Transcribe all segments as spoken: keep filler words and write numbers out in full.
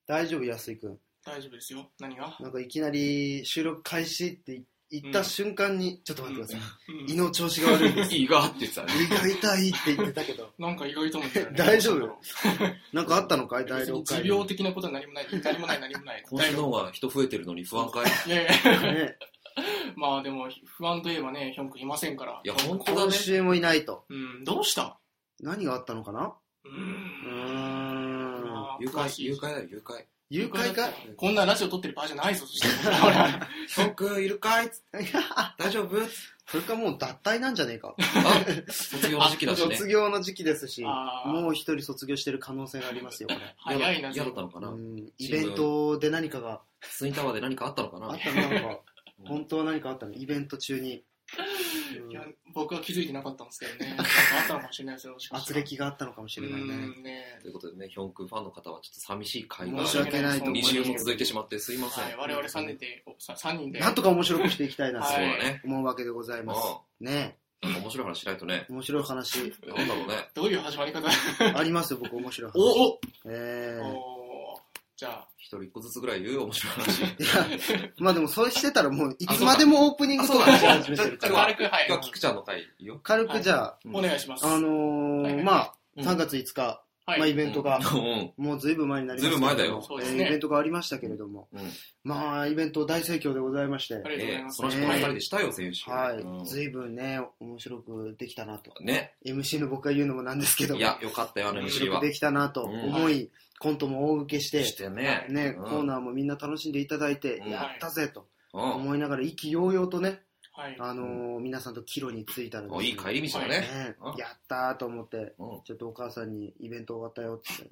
大丈夫安井くん。 大丈夫ですよ。何が？ なんかいきなり収録開始って言った瞬間に、うん、ちょっと待ってください、うん、胃の調子が悪いです。 胃がって言ってたね。 胃が痛いって言ってたけどなんか意外と思ったよね。 大丈夫なんかあったのかい？だいろっかい持病的なことは何もない。何もない何もない。 今週の方が人増えてるのに不安かい？ いやいや、ね、まあでも不安といえばね、ヒョン君いませんから。 いや本当だね。 今週もいないと。 うん、どうした？ 何があったのかな？ うーん。 誘拐、誘拐だよ、誘拐。 誘拐か？ こんなラジオ撮ってる場合じゃないぞ、そして。 ヒョン君いるかい？大丈夫？ それかもう脱退なんじゃねえか。 卒業の時期だしね。 卒業の時期ですし、もう一人卒業してる可能性がありますよ、これ。 早いな、 嫌だったのかな。 イベントで何かが。 ツインタワーで何かあったのかな。 あったのなんか、本当は何かあったの？イベント中に。 いや僕は気づいてなかったんですけどね。なんかあったのかもしれないですよ。 圧力があったのかもしれないね。 ねということでね、ヒョン君ファンの方はちょっと寂しい回が申し訳ないと思います。に週も続いてしまってすいません。 はい、我々さんにんで、さんにんで。 なんとか面白くしていきたいなとね、 思うわけでございます。ね。 面白い話しないとね。 面白い話。 なんだろうね。 どういう始まり方？ ありますよ、僕面白い話。 おおえー。 じゃあ。 一人一個ずつぐらい言う面白い話。 いや、まあでもそうしてたらもういつまでもオープニングとかし始めてるから。 軽く、はい。 今日は菊ちゃんの回よ。 軽くじゃあ、 お願いします。 あのー、まあ、さんがついつか、まあイベントが、もうずいぶん前になりましたけど、ずいぶん前だよ。イベントがありましたけれども、まあイベント大盛況でございまして、 ありがとうございます。 その人ばっかりでしたよ、先週。 はい。ずいぶんね、面白くできたなと。 ね。 エムシー の僕が言うのもなんですけど、 いや、よかったよ、あの エムシー は。 面白くできたなと思い、コントも大受けして、 してね。 ね、コーナーもみんな楽しんでいただいて、やったぜと思いながら意気揚々とね、あの皆さんと帰路に着いたので、 いい帰り道だね。 やったーと思って、ちょっとお母さんにイベント終わったよって、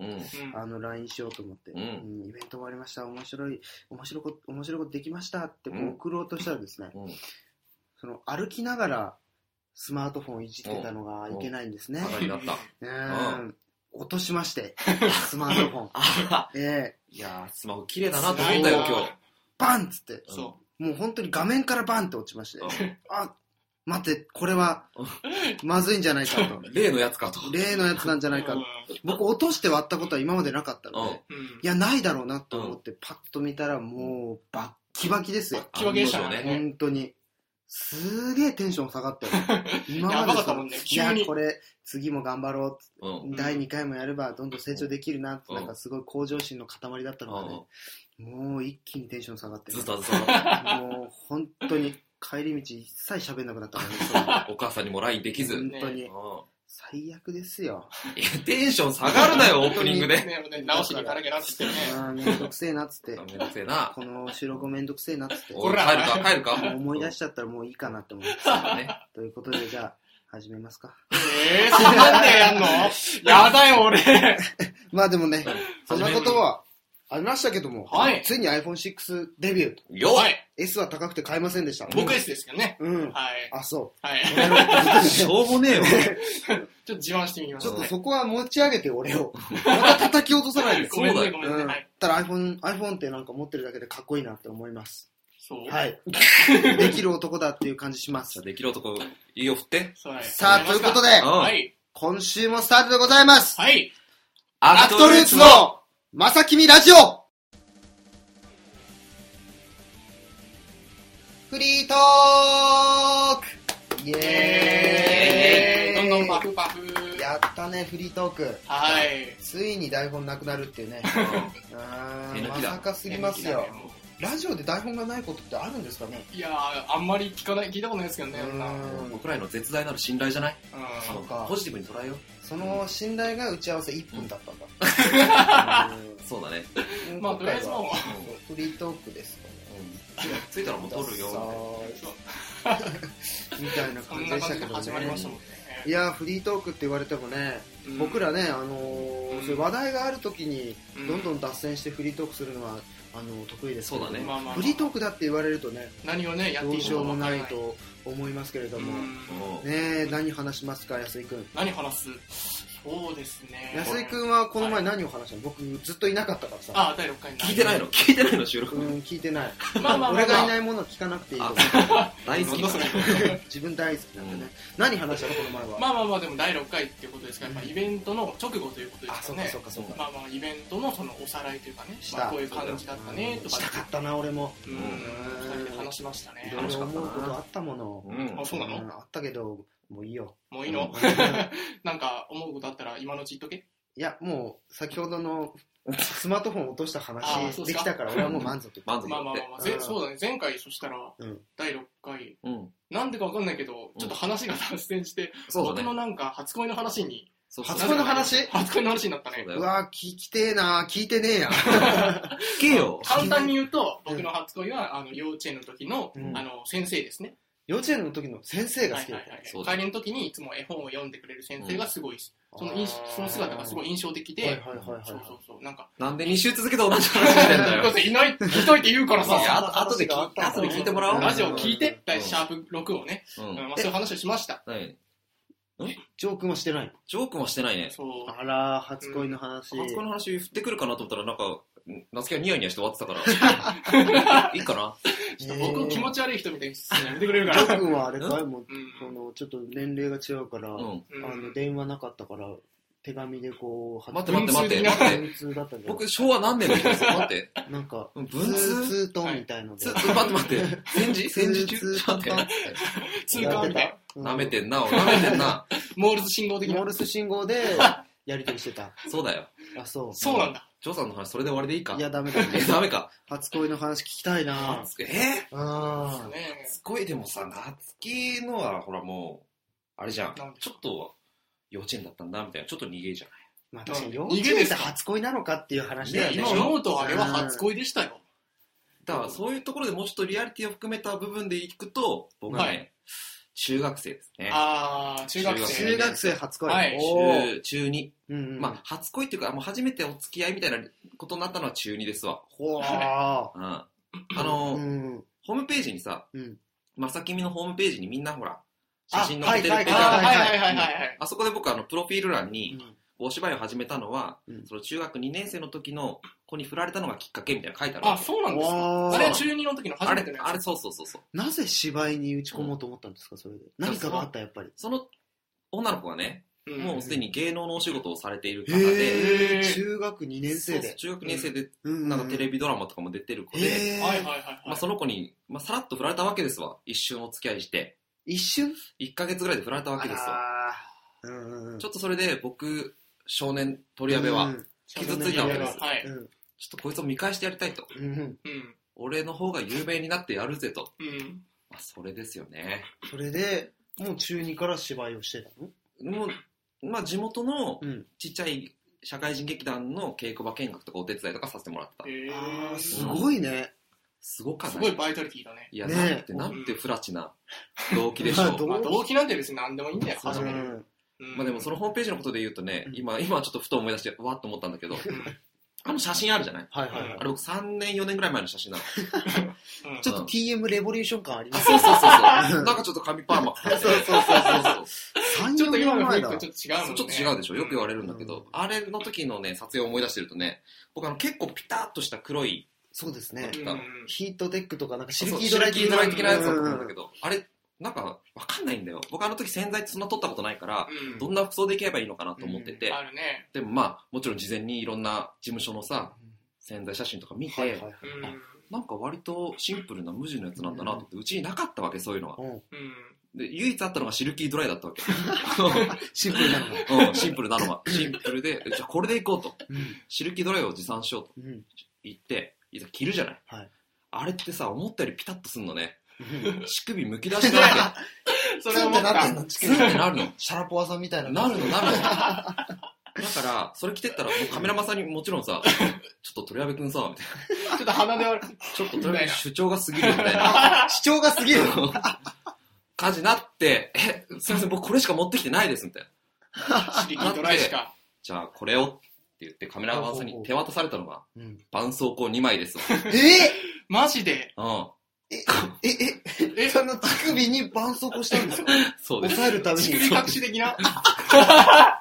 あの ライン しようと思って、イベント終わりました、面白い、面白いこと、面白いことできましたってこう送ろうとしたらですね、その歩きながらスマートフォンいじってたのがいけないんですね。落としまして、スマートフォン。ええ。いやー、スマホ綺麗だなと思ったよ、今日。 バンっつって。そう。もう本当に画面からバンって落ちまして。あ、待って、これは、まずいんじゃないかと。 例のやつかと。 例のやつなんじゃないかと。僕、落として割ったことは今までなかったので、いや、ないだろうなと思って、パッと見たら、もう、バッキバキですよ。 バッキバキでしたね。 本当に。すげえテンション下がったよ。 今までさ、 いや、これ、次も頑張ろう、うん、だいにかいもやればどんどん成長できるなって、うん、なんかすごい向上心の塊だったのがね、うん、もう一気にテンション下がって、 ね、ずっとずっともう本当に帰り道一切喋んなくなったからねお母さんにも ライン できず本当に、ね、最悪ですよ。 いやテンション下がるなよオープニングで、 ねね、直しに行かなきゃなっつってねめんどくせえなっつってめんどくせえなこの収録めんどくせえなっつって帰るか帰るか思い出しちゃったらもういいかなって思ってねということでじゃあ始めますか。 えー、そんなんでやんのやだよ、俺。 まあでもね、そんなことはありましたけども、 はい、 ついに アイフォンシックス デビューと。 よっ S は高くて買えませんでした。 僕 S ですけどね。 うん。 はい。 あ、そう。 はい。 しょうもねえよ。 ちょっと自慢してみます。ちょっとそこは持ち上げて俺を。また叩き落とさないで。 ごめんね、ごめんね。はい。 ただ iPhone、iPhone ってなんか持ってるだけでかっこいいなって思います。 そうはい。できる男だっていう感じします。 じゃあできる男、いいよ振って。 さあ、ということで、 はい。 今週もスタートでございます。 はい。 アクトルーツのまさきみラジオフリートークイエーイどんどんパフパフやったね、フリートーク。 はい。 ついに台本なくなるっていうね。まさかすぎますよ。ラジオで台本がないことってあるんですかね。 いやー、あんまり聞かない、聞いたことないですけどね。 僕らへの絶大なる信頼じゃない？ そうか。 ポジティブに捉えよう。 その信頼が打ち合わせいっぷんだったんだ。 そうだね。 まあとりあえずもうフリートークですかね。 ついたらもう撮るよみたいな感じでしたけどね。いやフリートークって言われてもね、僕らね、あの話題がある時にどんどん脱線してフリートークするのはあの得意ですけど、ね、フリートークだって言われるとね、 何をねやっていいどうしようもないと思いますけれども、ね何話しますか安井くん。 何話す？ そうですね。 安井くんはこの前何を話したの？僕ずっといなかったからさ。 あ、だいろっかいに。 聞いてないの？聞いてないの収録？ うん、聞いてない。 まあまあまあ。 俺がいないものを聞かなくていいと思う。 大好きだね。 自分大好きなんでね。何話したのこの前は？ まあまあまあ、でもだいろっかいっていうことですから、やっぱイベントの直後ということですかね。 あ、そうかそうかそうか。 まあまあ、イベントのそのおさらいというかね、まあこういう感じだったねとか。 したかったな、俺も。 うん。二人で話しましたね。 いろいろ思うことあったもの。 あ、そうなの？ あったけど、もういいよ。 もういいの？なんか思うことあったら今のうち言っとけ。 いや、もう先ほどのスマートフォン落とした話できたから俺はもう満足。 満足。 まあまあまあ、そうだね。前回そしたらだいろっかい、なんでかわかんないけど、ちょっと話が脱線して、僕のなんか初恋の話に。 初恋の話？ 初恋の話になったね。 うわぁ、聞きてえなぁ、聞いてねえや。 聞けよ。 簡単に言うと、僕の初恋はあの幼稚園の時のあの先生ですね。 幼稚園の時の先生が好きだった。 帰りの時にいつも絵本を読んでくれる先生がすごい、そのその姿がすごい印象的で、そうそうそう、なんか。 なんでに週続けて同じ話してんだよ。 だっていない、いといて言うからさ。 後で聞いてもらおう。 ラジオ聞いて、シャープろくをね、そういう話をしました。 ジョークもしてないの？ ジョークもしてないね。 あら、初恋の話。 初恋の話振ってくるかなと思ったら、なんか、夏希はニヤニヤして終わってたから。いいかな？ 僕気持ち悪い人みたいにやめてくれるから。 ジョー君はあれかい？もう、その、ちょっと年齢が違うから、あの、電話なかったから、手紙でこう、 待って待って待って。待って。僕、昭和何年の人ですよ。待って。 なんか、 文通通トンみたいので。 待って待って。戦時戦時中通トンって。 通過みたいな。舐めてんな、舐めてんな。 モールス信号的な。 モールス信号で、やりとりしてた。 そうだよ。 あ、そう。 そうなんだ。 ジョーさんの話、それで終わりでいいか？ いや、ダメだね。 え、ダメか。 初恋の話聞きたいなぁ。えぇ。あぁ。初恋でもさ、夏希のは、ほらもう、あれじゃん。ちょっと、幼稚園だったんだ、みたいな。ちょっと逃げじゃない。 まあ確かに、幼稚園って初恋なのかっていう話だよね。 今思うとあれは初恋でしたよ。 だから、そういうところでもうちょっとリアリティを含めた部分でいくと、僕はね、中学生ですね。 ああ、中学生。 中学生初恋。 はい。中、中に。まあ、初恋っていうか、もう初めてお付き合いみたいなことになったのは中にですわ。 ほー。 うん。あの、ホームページにさ、まさきみのホームページにみんなほら、写真載ってるページああそこで僕あの、プロフィール欄に、お芝居を始めたのは、その中学にねん生の時の子に振られたのがきっかけみたいな書いてある。 あ、そうなんですか。あれは中にの時の初めてのやつ。 あれ、そうそうそうそう。 なぜ芝居に打ち込もうと思ったんですか、それで。何かがあった、やっぱり。 その女の子がね、もうすでに芸能のお仕事をされている方で、 中学にねん生で。 中学にねん生で、なんかテレビドラマとかも出てる子で、まあその子に、まあさらっと振られたわけですわ。一瞬お付き合いして。 一瞬 ? いっかげつぐらいで振られたわけですわ。ちょっとそれで僕、少年鳥矢部は傷ついたわけです。ちょっとこいつを見返してやりたいと。俺の方が有名になってやるぜと。まあそれですよね。 それで、もう中にから芝居をしてたの？ もう、まあ地元のちっちゃい社会人劇団の稽古場見学とかお手伝いとかさせてもらった。 ああ、すごいね。 すごかった。 すごいバイタリティだね。 いや、なんて、なんてフラチな動機でしょう。 まあ動機なんて別に何でもいいんだよ、初めに。 まあでもそのホームページのことで言うとね、今、今ちょっとふと思い出して、わーっと思ったんだけど、あの写真あるじゃない？ はいはいはい。 あれ僕さんねんよねんぐらい前の写真なの。ちょっと ティーエム レボリューション感ありますね。そうそうそうそう。なんかちょっと髪パーマかかって。 そうそうそうそう。 ちょっと今の雰囲気とちょっと違うもんね。 ちょっと違うでしょ。よく言われるんだけど、あれの時のね、撮影を思い出してるとね、僕あの結構ピタッとした黒い、 そうですね。ヒートテックとかなんかシルキードライ的なやつだと思うんだけど、あれ、なんかわかんないんだよ。僕あの時洗剤ってそんな撮ったことないから、うん、どんな服装でいけばいいのかなと思ってて、 うん、あるね、 でもまあもちろん事前にいろんな事務所のさ、洗剤写真とか見て、はいはいはい、あ、なんか割とシンプルな無地のやつなんだなと思って、うちになかったわけ、そういうのは、うん、で唯一あったのがシルキードライだったわけシンプルなのが、うん、シンプルなのがシンプルで、じゃあこれでいこうと、うん、シルキードライを持参しようと言っていざ着るじゃない、はい、あれってさ思ったよりピタッとすんのね乳首むき出しなわけ。それを思った。 ツンってなるの。 シャラポワさんみたいな。 なるの、なるの。だから、それ着てったら、もうカメラマンさんにもちろんさ、ちょっと鳥矢部くんさ、みたいな。ちょっと鼻で悪い。 ちょっと鳥矢部主張が過ぎるみたいな。 主張が過ぎる感じになって、え、すいません、僕これしか持ってきてないです、みたいな。シリキードライしか。 じゃあ、これをって言ってカメラマンさんに手渡されたのが、絆創膏にまいですわ。 えー、 マジで？ うん。 え、え、え、え、その乳首に絆創膏したんですか？ そうです。 抑えるために。 乳首隠し的な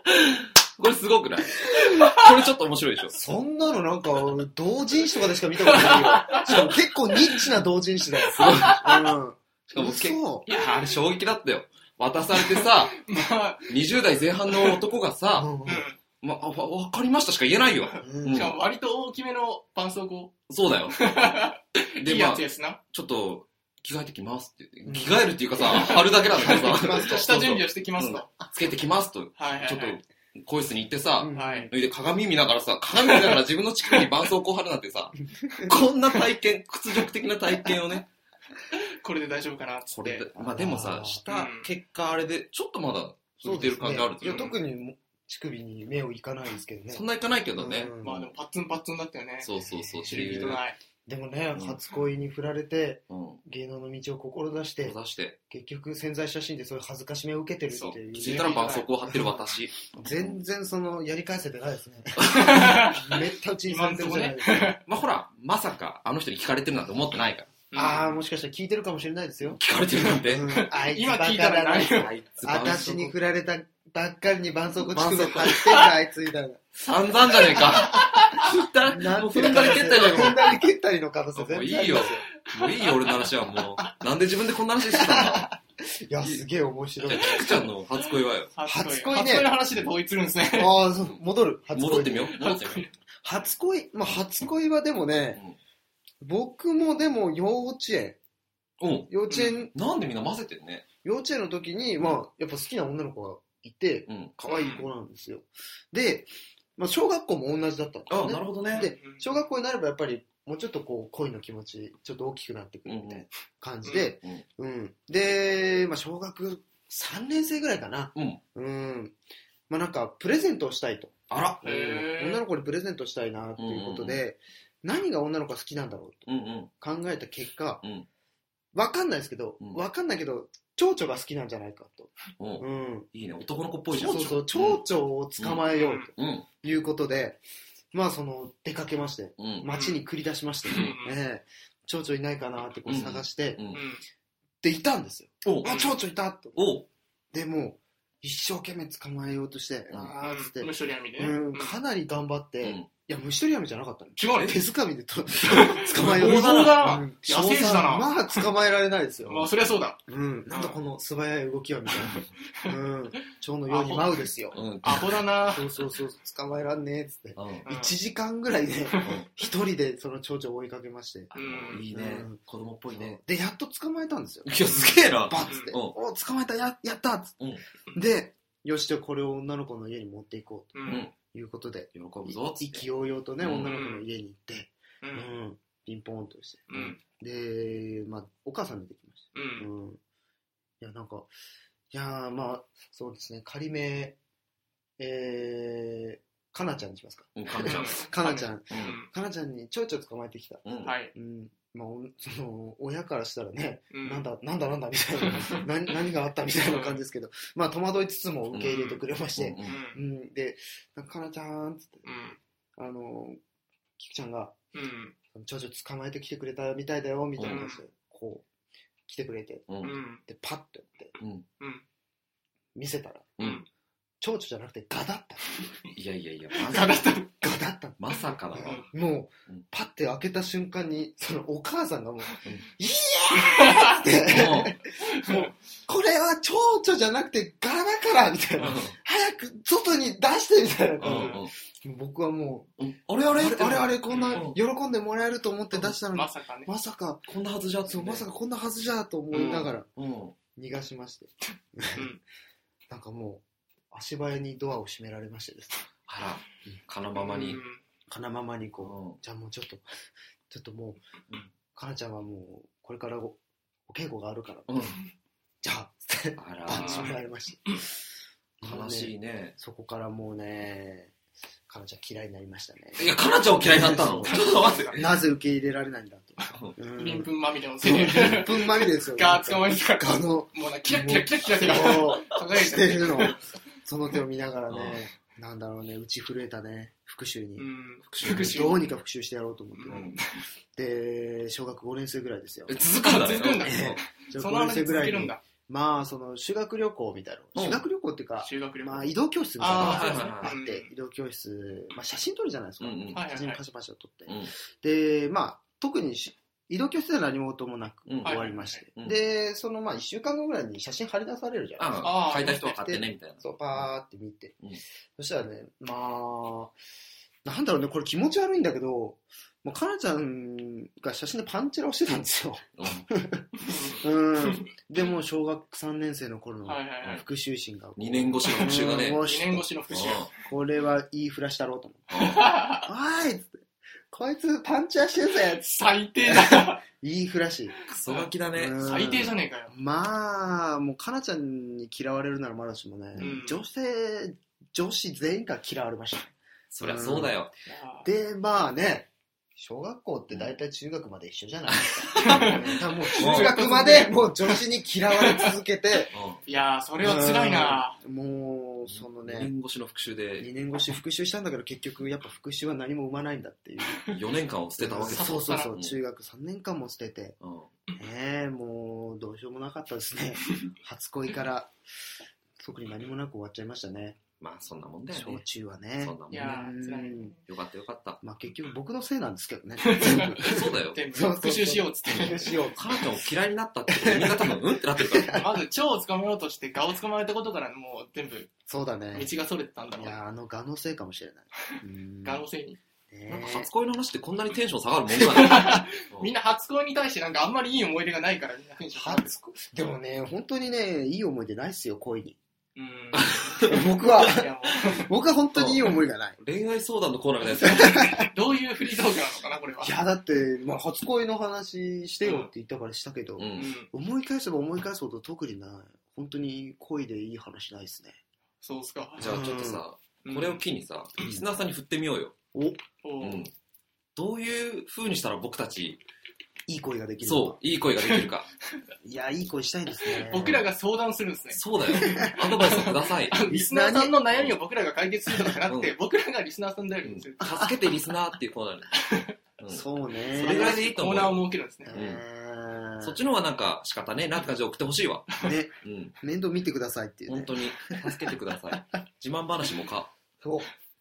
これすごくない？これちょっと面白いでしょ。 そんなのなんか、同人誌とかでしか見たことないよ。しかも結構ニッチな同人誌だよ。すごい。うん。しかも結構、いや、あれ衝撃だったよ。渡されてさ、まあ、にじゅう代前半の男がさ、うんまあ、わかりましたしか言えないよ。 うん、しかも割と大きめの絆創膏。 そうだよ。 で、いいやつですな、まあ。 ちょっと、着替えてきますって言って。着替えるっていうかさ、貼るだけなんだけどさ。下準備をしてきますと。うん、 つけてきますと。はいはいはい、ちょっと、更衣室に行ってさ、はい、で鏡見ながらさ、鏡見ながら自分の乳首に絆創膏貼るなんてさ、こんな体験、屈辱的な体験をね。 これで大丈夫かなっつって。 まあでもさ、した結果あれで、ちょっとまだ、浮いてる感じある、ね、 いや、特に乳首に目をいかないですけどね。 そんないかないけどね。 うん、まあでもパッツンパッツンだったよね。 そうそうそう。 知る人ない。 でもね、うん、初恋に振られて、うん、芸能の道を志して、して結局潜在写真でそういう恥ずかしめを受けてるっていう。 気づいたら絆創膏を貼ってる私。 全然その、やり返せてないですね。めった打ちにされてるじゃないですか。 まあほら、まさかあの人に聞かれてるなんて思ってないから。 うん、ああ、もしかしたら聞いてるかもしれないですよ。 聞かれてるなんて。うん、 あいつバカだな。今聞いたら何よ。 私に振られたばっかりに絆創膏乳首貼ってんだ、あいつみたいな。 散々じゃねえか。もう踏んだり蹴ったりじゃ踏んだり蹴ったりの可能性全然ありますよ。もういいよ。もういいよ、俺の話はもう。なんで自分でこんな話してたんだ。 いや、すげえ面白い。 じゃあ、キクちゃんの初恋はよ。 初恋ね。初恋の話で統一するんですね。 ああ、そう、戻る。 初恋。戻ってみよう。戻ってみよう。 初恋、まあ初恋はでもね、うん、僕もでも幼稚園。 うん。 幼稚園、 うん。なんでみんな混ぜてんね。 幼稚園の時に、まあ、やっぱ好きな女の子がいて、うん、可愛い子なんですよ。で、まあ、小学校も同じだったんですよね。 あ、なるほどね。 で、小学校になればやっぱり、もうちょっとこう、恋の気持ち、ちょっと大きくなってくるみたいな感じで、うん、うんうん。で、まあ、小学さんねん生ぐらいかな。うん。うん。まあ、なんか、プレゼントをしたいと。 あら、 うん、女の子にプレゼントしたいな、っていうことで、うんうんうん、何が女の子が好きなんだろうと考えた結果、うんうん、わかんないですけど、わかんないけど、蝶々が好きなんじゃないかと。 うん。いいね。男の子っぽいじゃん。 そうそう、蝶々を捕まえようということで、まあその、出かけまして、街に繰り出しまして、ね、蝶々いないかなってこう探して、で、いたんですよ。あ、蝶々いたと。でも、一生懸命捕まえようとして、あーって。 虫取り網で。 うん、かなり頑張って、いや、虫取り網じゃなかったの。 違うね。 手づかみでと捕まえようとして。だ。野生児だな。 まあ、捕まえられないですよ。 まあ、そりゃそうだ。 うん。なんだこの素早い動きは、みたいな。うん。蝶のように舞うですよ。 アホだな。 そうそうそう。捕まえらんねえ、つって。いちじかんぐらいで、一人でその蝶々を追いかけまして。 いいね。子供っぽいね。 で、やっと捕まえたんですよ。いや、 すげえな。 バッつって。お、捕まえた、や、やったつって。で、よし、じゃあこれを女の子の家に持っていこうと。いうことで、 喜ぶぞ意気揚々とね、女の子の家に行って、うん、ピンポーンとして、うん、で、まあ、お母さん出てきました。うん。うん、いや、なんか、いやまあ、そうですね、仮名、えー、かなちゃんにしますか。 うん、かなちゃん。 かなちゃん。かなちゃんに蝶々捕まえてきた。うん。はい。うん。まあ、その、親からしたらね、うん、なんだ、なんだなんだみたいな、何、何があったみたいな感じですけど、まあ、戸惑いつつも受け入れてくれまして、うん。うん、で、かなちゃん、つって、うん、あの、キクちゃんが、うん、蝶々捕まえてきてくれたみたいだよ、みたいな感じで、こう、来てくれて、うん、で、パッとやって、うん、見せたら、うん蝶々じゃなくてガだった。 いやいやいや、 ガだった。 ガだった。 まさかだわ。 もう、パッて開けた瞬間に、そのお母さんがもう、イエーって、もう、これは蝶々じゃなくてガだからみたいな。早く外に出してみたいな感じで。僕はもう、あれあれあれあれこんな喜んでもらえると思って出したのに、 まさかね。 まさか、 こんなはずじゃ、 そう、まさかこんなはずじゃと思いながら、逃がしまして。なんかもう、足早にドアを閉められましてですね。 あら、かなままに。 かなままにこう、うん、じゃあもうちょっと、ちょっともう、うん、かなちゃんはもう、これからお稽古があるから、うん、じゃあ、つって、あら、閉められました。 悲しいね。 そこからもうね、かなちゃん嫌いになりましたね。 いや、かなちゃんを嫌いになったのちょっと待って。 なぜ受け入れられないんだと。りんぷんまみれのせいで。 りんぷんまみれですよ。 ガー捕まえてたから。あの、 もうな、キラキラキラキラキラ輝いてるの。その手を見ながらね、なんだろうね、打ち震えたね、復讐に。復讐。どうにか復讐してやろうと思って。で、小学ごねん生ぐらいですよ。 続くんだ、 続くんだ。 小学ごねん生ぐらいに、 まあ、その、修学旅行みたいな。修学旅行っていうか、 修学旅行。 まあ、移動教室みたいなのがあって、移動教室、まあ、写真撮るじゃないですか。写真パシャパシャ撮って。で、まあ、特に移動教室では何事もなく終わりまして。で、その、まあ、いっしゅうかんごぐらいに写真貼り出されるじゃないですか。 書いた人は買ってね、みたいな。 そう、パーって見て。そしたらね、まあ、なんだろうね、これ気持ち悪いんだけど、もうかなちゃんが写真でパンチラをしてたんですよ。うん。でも小学さんねん生の頃の復讐心が。 にねん越しの復讐がね。 にねん越しの復讐。 これはいいフラッシュだろうと思って。おいっつって。こいつパンチラしてるぜ。 最低だ。 いいフラッシュ。 クソガキだね。 最低じゃねえかよ。 まあ、もうかなちゃんに嫌われるならまだしもね、女性、女子全員から嫌われました。 そりゃそうだよ。 で、まあね、小学校って大体中学まで一緒じゃないですか。もう中学までもう女子に嫌われ続けて。 いやー、それは辛いな。 もう、そのね。 にねん越しの復讐で。 にねん越し復讐したんだけど結局やっぱ復讐は何も生まないんだっていう。 よねんかんを捨てたわけだ。そうそうそう。中学さんねんかんも捨てて。ねえ、もうどうしようもなかったですね。初恋から特に何もなく終わっちゃいましたね。 まあそんなもんだよね。 小中はね。 そんなもんね。よかったよかった。 まあ結局僕のせいなんですけどね。 そうだよ。 復讐しようっつって。復讐しよう。 かなちゃんを嫌いになったってことみんな多分うんってなってるから。 まず蝶を捕まえようとして蛾を捕まえたことからもう全部。 そうだね。 道がそれてたんだろう。 いや、あの蛾のせいかもしれない。 蛾のせいに。 なんか初恋の話ってこんなにテンション下がるもんかな。 みんな初恋に対してなんかあんまりいい思い出がないからみんなテンション下がる。初恋でもね、本当にね、いい思い出ないっすよ、恋に。僕は僕は本当にいい思いがない。 恋愛相談のコーナーみたいなやつどういうフリートークなのかなこれは。 いやだって、まあ、初恋の話してよって言ったからしたけど、うん、思い返せば思い返すほど特にない。本当に恋でいい話ないですね。 そうっすか。 じゃあちょっとさ、うん、これを機にさ、リスナーさんに振ってみようよ。 お、 うん、どういう風にしたら僕たちいい恋ができるか。そう、いい恋ができるか。 いや、いい恋したいですね。 僕らが相談するんですね。 そうだよ。アドバイスください。 リスナーさんの悩みを僕らが解決するとかじゃなくて、うん、僕らがリスナーさんであるんですよ。 助けてリスナーっていうコーナーに。そうね。 それぐらいでいいと思う。コーナーを設けるんですね。 うん、そっちの方がなんか仕方ねえなって感じで送ってほしいわ。 ね。うん。面倒見てくださいっていう、 ね。本当に。助けてください。自慢話もか。 そう。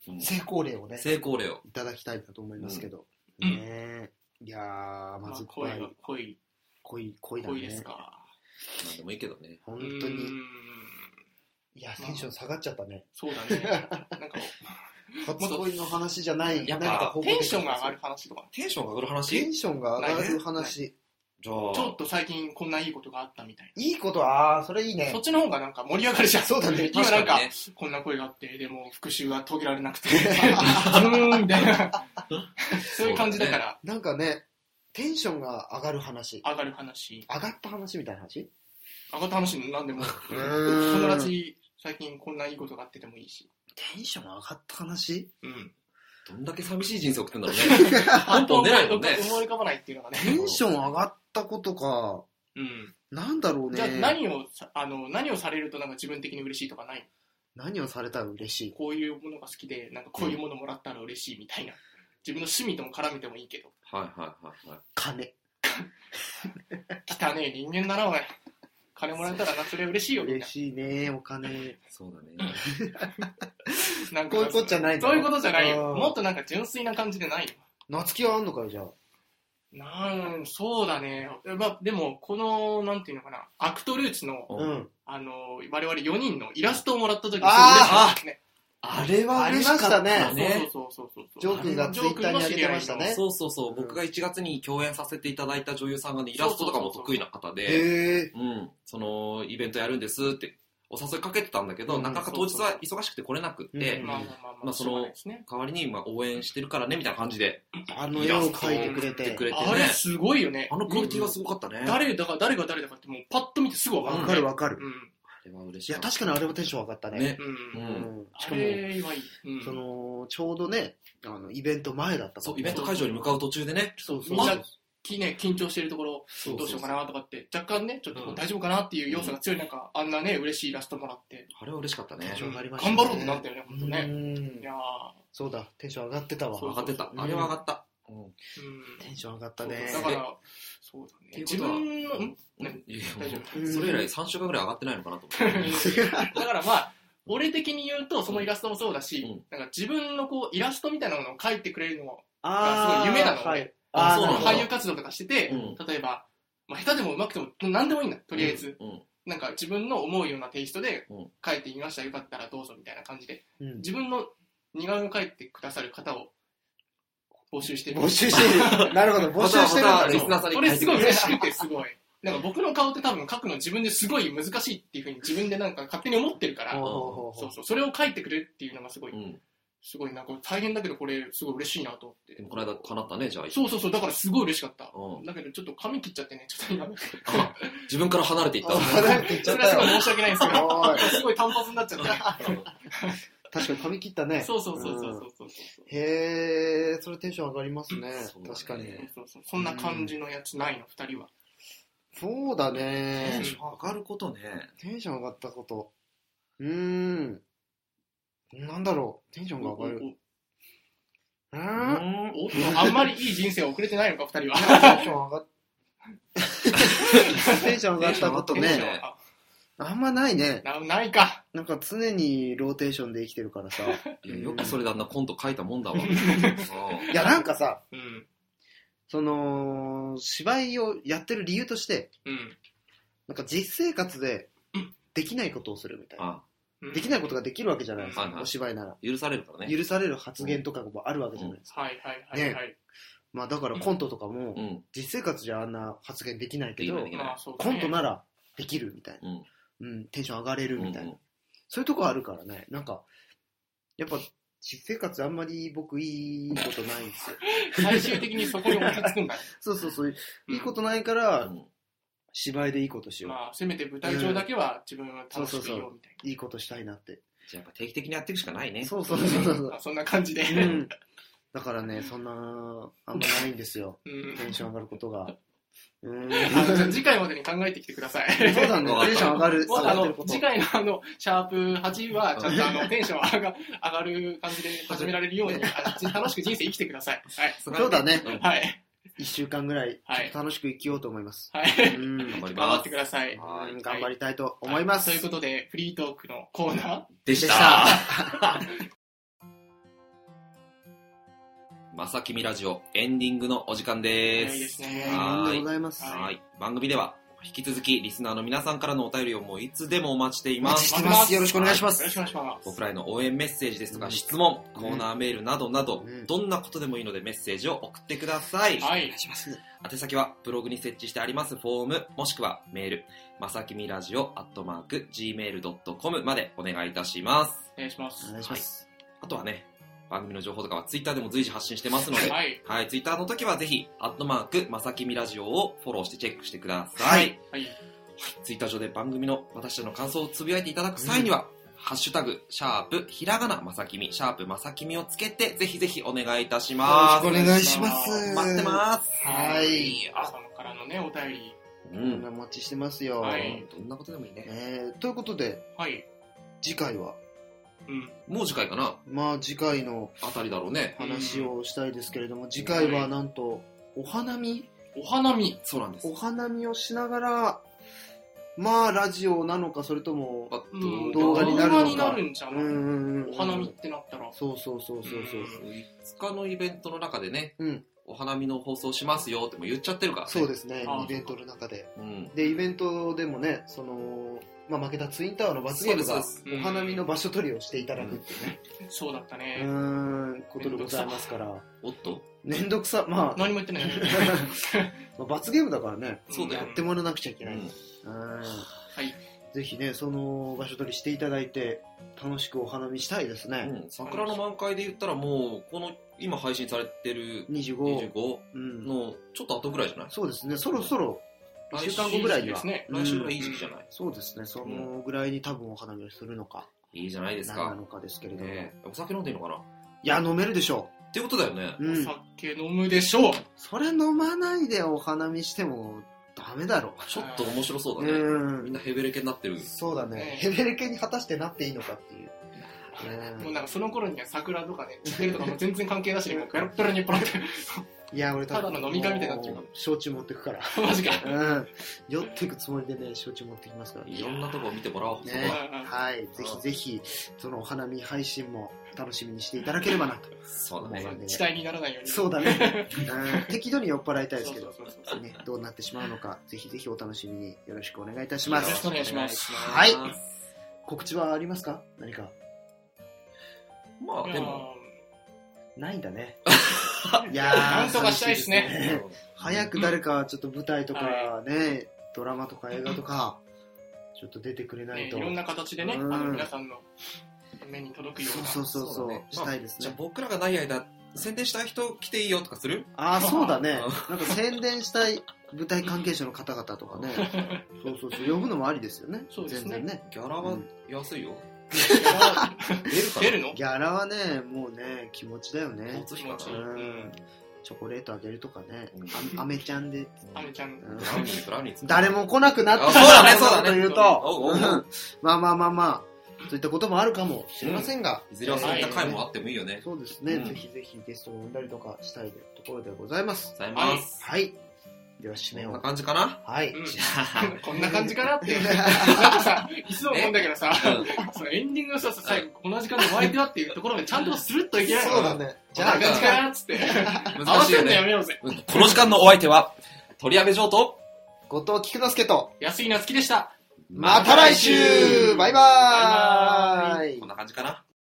うん、成功例をね。 成功例を。 いただきたいなと思いますけど。うん、ねえ。いやー、まずっぱい。 まあ、恋。 恋、恋だね。 恋ですか。 なんでもいいけどね。 本当に。いや、テンション下がっちゃったね。 そうだね。なんか、 初恋の話じゃない。 やっぱ、テンションが上がる話とか。 テンションが上がる話テンションが上がる話。 じゃあ。ちょっと最近こんないいことがあったみたいな。 いいことは、あー、それいいね。 そっちの方がなんか盛り上がるじゃん。 そうだね。 今なんか、こんな声があって、でも復讐が遂げられなくて、うーん、みたいな。そういう感じだから。 なんかね、テンションが上がる話。 上がる話。 上がった話みたいな話上がった話なんでも、友達最近こんないいことがあっててもいいし。 テンション上がった話うん。 どんだけ寂しい人生送ってんだろうね。 本当出ないもんね。思い浮かばないっていうのがね。 テンション上がったことか。 うん。 なんだろうね。 じゃあ何を、あの、何をされるとなんか自分的に嬉しいとかない？ 何をされたら嬉しい？ こういうものが好きで、なんかこういうものもらったら嬉しいみたいな。自分の趣味とも絡めてもいいけど。 はいはいはいはい。 金。 汚ねえ人間だな、おい。金もらえたらな、それ嬉しいよ、みんな。 嬉しいね、お金。 そうだね。 なんかこういうことじゃないの？そういうことじゃないよ。もっとなんか純粋な感じでないよ。 夏希はあんのかよ、じゃあ。 なん、そうだね。まあ、でも、この、なんていうのかな、アクトルーツの、うん、あの、我々よにんのイラストをもらった時に、 ああ、ね、あれは嬉しかったね。 そうそうそうそう。 ジョー君がツイッターに上げてましたね。 そうそうそう。僕がいちがつに共演させていただいた女優さんがね、イラストとかも得意な方で、うん、その、イベントやるんですって、お誘いかけてたんだけど、うん、なかなか当日は忙しくて来れなくって、まあその代わりにまあ応援してるからねみたいな感じで、 あの絵を描いてくれて、 くれてね、あれすごいよね。 あのクオリティはすごかったね。 誰だか誰が誰だかってもうパッと見てすぐ分かる。 分かる分かる。 うん、あれは嬉しい。 いや確かにあれはテンション上がったね。 ね。 うん。うん、 しかも、うん、そのちょうどね、あのイベント前だった。 そうイベント会場に向かう途中でね。 そうそう。みんなね、緊張してるところどうしようかなとかって若干ねちょっと大丈夫かなっていう要素が強い中、うん、あんなね嬉しいイラストもらってあれは嬉しかったね。 テンション上がりましたね。頑張ろうってなったよね本当ね。いやそうだテンション上がってたわ。 上がってた。あれは上がった。 うん、テンション上がったね。 だからそうだね。自分の、んいや大丈夫。それ以来さんしゅうかんぐらい上がってないのかなと思って。 だからまあ、俺的に言うと、そのイラストもそうだし、うん、なんか自分のこうイラストみたいなものを描いてくれるのがすごい夢なので、はい、あそう俳優活動とかしてて、うん、例えば、まあ、下手でも上手くても何でもいいんだ、とりあえず。うんうん、なんか自分の思うようなテイストで描いてみました、よかったらどうぞみたいな感じで、うん、自分の似顔絵を描いてくださる方を募集してる。 募集してる。なるほど、募集してるんだね。 これすごい嬉しくてすごい。なんか僕の顔って多分描くの自分ですごい難しいっていう風に自分でなんか勝手に思ってるから、そうそう、それを描いてくれるっていうのがすごい、うん、すごいなんか大変だけどこれすごい嬉しいなと思って。 でもこの間叶ったね、じゃあ。 そうそうそう、だからすごい嬉しかった。うん、だけどちょっと髪切っちゃってね、ちょっと今。 自分から離れていった。 離れていっちゃったよ。それはすごい申し訳ないんですけど、すごい単発になっちゃった。 確かに髪切ったね。 そうそうそうそうそうそう、うん、 へえ、それテンション上がりますね。確かに。 そうそう、そんな感じのやつないの、二人は。 そうだね。 テンション上がることね。 テンション上がったこと。うーん。なんだろう。テンションが上がる。 うん。あんまりいい人生を送れてないのか、二人は。テンション上がっテンション上がったことね。あんまないね。 な、ないか。 なんか常にローテーションで生きてるからさ。 いやよくそれであんなコント書いたもんだわ。いや、なんかさ、うん、その、芝居をやってる理由として、うん、なんか実生活でできないことをするみたいな。うん、できないことができるわけじゃないですか、うん、お芝居なら。 許されるからね。 許される発言とかもあるわけじゃないですか。 うん、はいはいはいはい。ね、 まあだからコントとかも、実生活じゃあんな発言できないけど、コントならできるみたいな。うんうん、テンション上がれるみたいな、うんうん、そういうとこあるからね。なんかやっぱ実生活あんまり僕いいことないんですよ。 最終的にそこに落ち着くんだ。 そうそうそう、うん、いいことないから、うん、芝居でいいことしよう。 まあせめて舞台上だけは自分は楽しくいようみたいな、うん、そうそうそう、 いいことしたいなって。 じゃあやっぱ定期的にやっていくしかないね。 そうそうそうそうそんな感じで、 うん、だからね、そんなあんまないんですよ、うん、テンション上がることが。 うーん次回までに考えてきてください。 そうだね。テンション上がる。 あの次回のあのシャープはちはちゃんとあのテンション上が上がる感じで始められるように楽しく人生生きてください。はい。 そうだね。 はい。 一週間ぐらい楽しく生きようと思います。 はい。うん頑張ります。頑張ってください。 はい。頑張りたいと思います。 ということでフリートークのコーナーでした。まさきみラジオエンディングのお時間です。 いいですね。 ありがとうございます。 はい。番組では引き続きリスナーの皆さんからのお便りをもういつでもお待ちしています。 お待ちしてます。よろしくお願いします。 よろしくお願いします。 僕らへの応援メッセージですとか、うん、質問、コーナーメールなどなど、うん、どんなことでもいいのでメッセージを送ってください。 はい。 お願いします。 宛先はブログに設置してありますフォームもしくはメールまさきみラジオアットマーク ジーメールドットコム までお願いいたします。 お願いします。 お願いします。 はい、あとはね。番組の情報とかはツイッターでも随時発信してますので、はい、はい、ツイッターの時はぜひ、アットマーク、まさきみラジオをフォローしてチェックしてください。はい。はい、ツイッター上で番組の私たちの感想をつぶやいていただく際には、うん、ハッシュタグ、シャープ、ひらがなまさきみ、シャープまさきみをつけて、ぜひぜひお願いいたします。 よろしくお願いします。 待ってます。 はい。朝からのね、お便り。 うん、お待ちしてますよ。 はい。どんなことでもいいね。 えー、ということで、 はい。 次回は、 うん、もう次回かな。 まあ次回のあたりだろうね。 話をしたいですけれども、うん、次回はなんとお花見、 お花見、 そうなんです。 お花見をしながら、まあラジオなのかそれとも動画になるのか。 動画になるんじゃない。お花見ってなったら。 そうそうそうそうそう。 いつかのイベントの中でね。うん。お花見の放送しますよっても言っちゃってるからね。 そうですね。イベントの中で。うん、でイベントでもね、その。まあ、負けたツインタワーの罰ゲームがお花見の場所取りをしていただくっていうね、 うん、そうだったね、 うーんことでございますから。 おっとめんどくさ、まあ何も言ってないまあ罰ゲームだからね、 そうだよ、 やってもらわなくちゃいけない、うん、はい、ぜひねその場所取りしていただいて楽しくお花見したいですね、 うん、桜の満開で言ったらもうこの今配信されてるにじゅうごのちょっと後ぐらいじゃない、うん、 そうですね、そろそろいっしゅうかんごぐらいには、 ね、来週ぐらいいい時期じゃない、うん、 そうですね、そのぐらいに多分お花見をするのか、 うん、いいじゃないですか、 何なのかですけれども、 ね、お酒飲んでいいのかな。 いや飲めるでしょうっていうことだよね、 うん、お酒飲むでしょう。 それ飲まないでお花見してもダメだろ。 ちょっと面白そうだね、うん、みんなヘベレケになってる。 そうだね、ヘベレケに果たしてなっていいのかっていう。 もうなんかその頃には桜とかね、知ってるとかも全然関係なしに、もうペロペロにペロって。 いや、俺ただの飲み会みたいになっちゃうから。 焼酎持ってくから。 マジか。 うん。酔っていくつもりでね、焼酎持ってきますから。 いろんなとこ見てもらおう。 ね。はい。ぜひぜひ、そのお花見配信も楽しみにしていただければなと。 そうだね。 期待にならないように。 そうだね。適度に酔っ払いたいですけど、どうなってしまうのか、ぜひぜひお楽しみによろしくお願いいたします。 よろしくお願いします。 はい。告知はありますか？何か。 まあ、でも。 ないんだね。 いやー、なんとかしたいですね。 早く誰かちょっと舞台とかね、ドラマとか映画とか、ちょっと出てくれないと。 いろんな形でね、あの皆さんの目に届くような。 そうそうそう、したいですね。 じゃあ僕らがない間、宣伝したい人来ていいよとかする？ ああ、そうだね。なんか宣伝したい舞台関係者の方々とかね。そうそうそう、呼ぶのもありですよね。 そうですね。 全然ね。 ギャラは安いよ。 出るの？ ギャラはね、もうね、気持ちだよね。 気持ち。 チョコレートあげるとかね。アメちゃんで。 アメちゃん。 誰も来なくなった。 そうだね、そうだね。 と言うと。まあまあまあまあ。そういったこともあるかもしれませんが。 いずれはそういった回もあってもいいよね。 そうですね。ぜひぜひゲストを呼んだりとかしたいところでございます。 ございます。 はい。では締めを。 こんな感じかな？ はい。 じゃあ、こんな感じかなって。なんかさ、いつも思うんだけどさ、そのエンディングのさ、最後、この時間のお相手はっていうところでちゃんとスルッといけないの。 そうだね。 じゃあ、感じかなっつって。合わせるのやめようぜ。 この時間のお相手は、鳥矢部城と、 後藤菊之助と、 安井夏樹でした。 また来週バイバーイ。 こんな感じかな？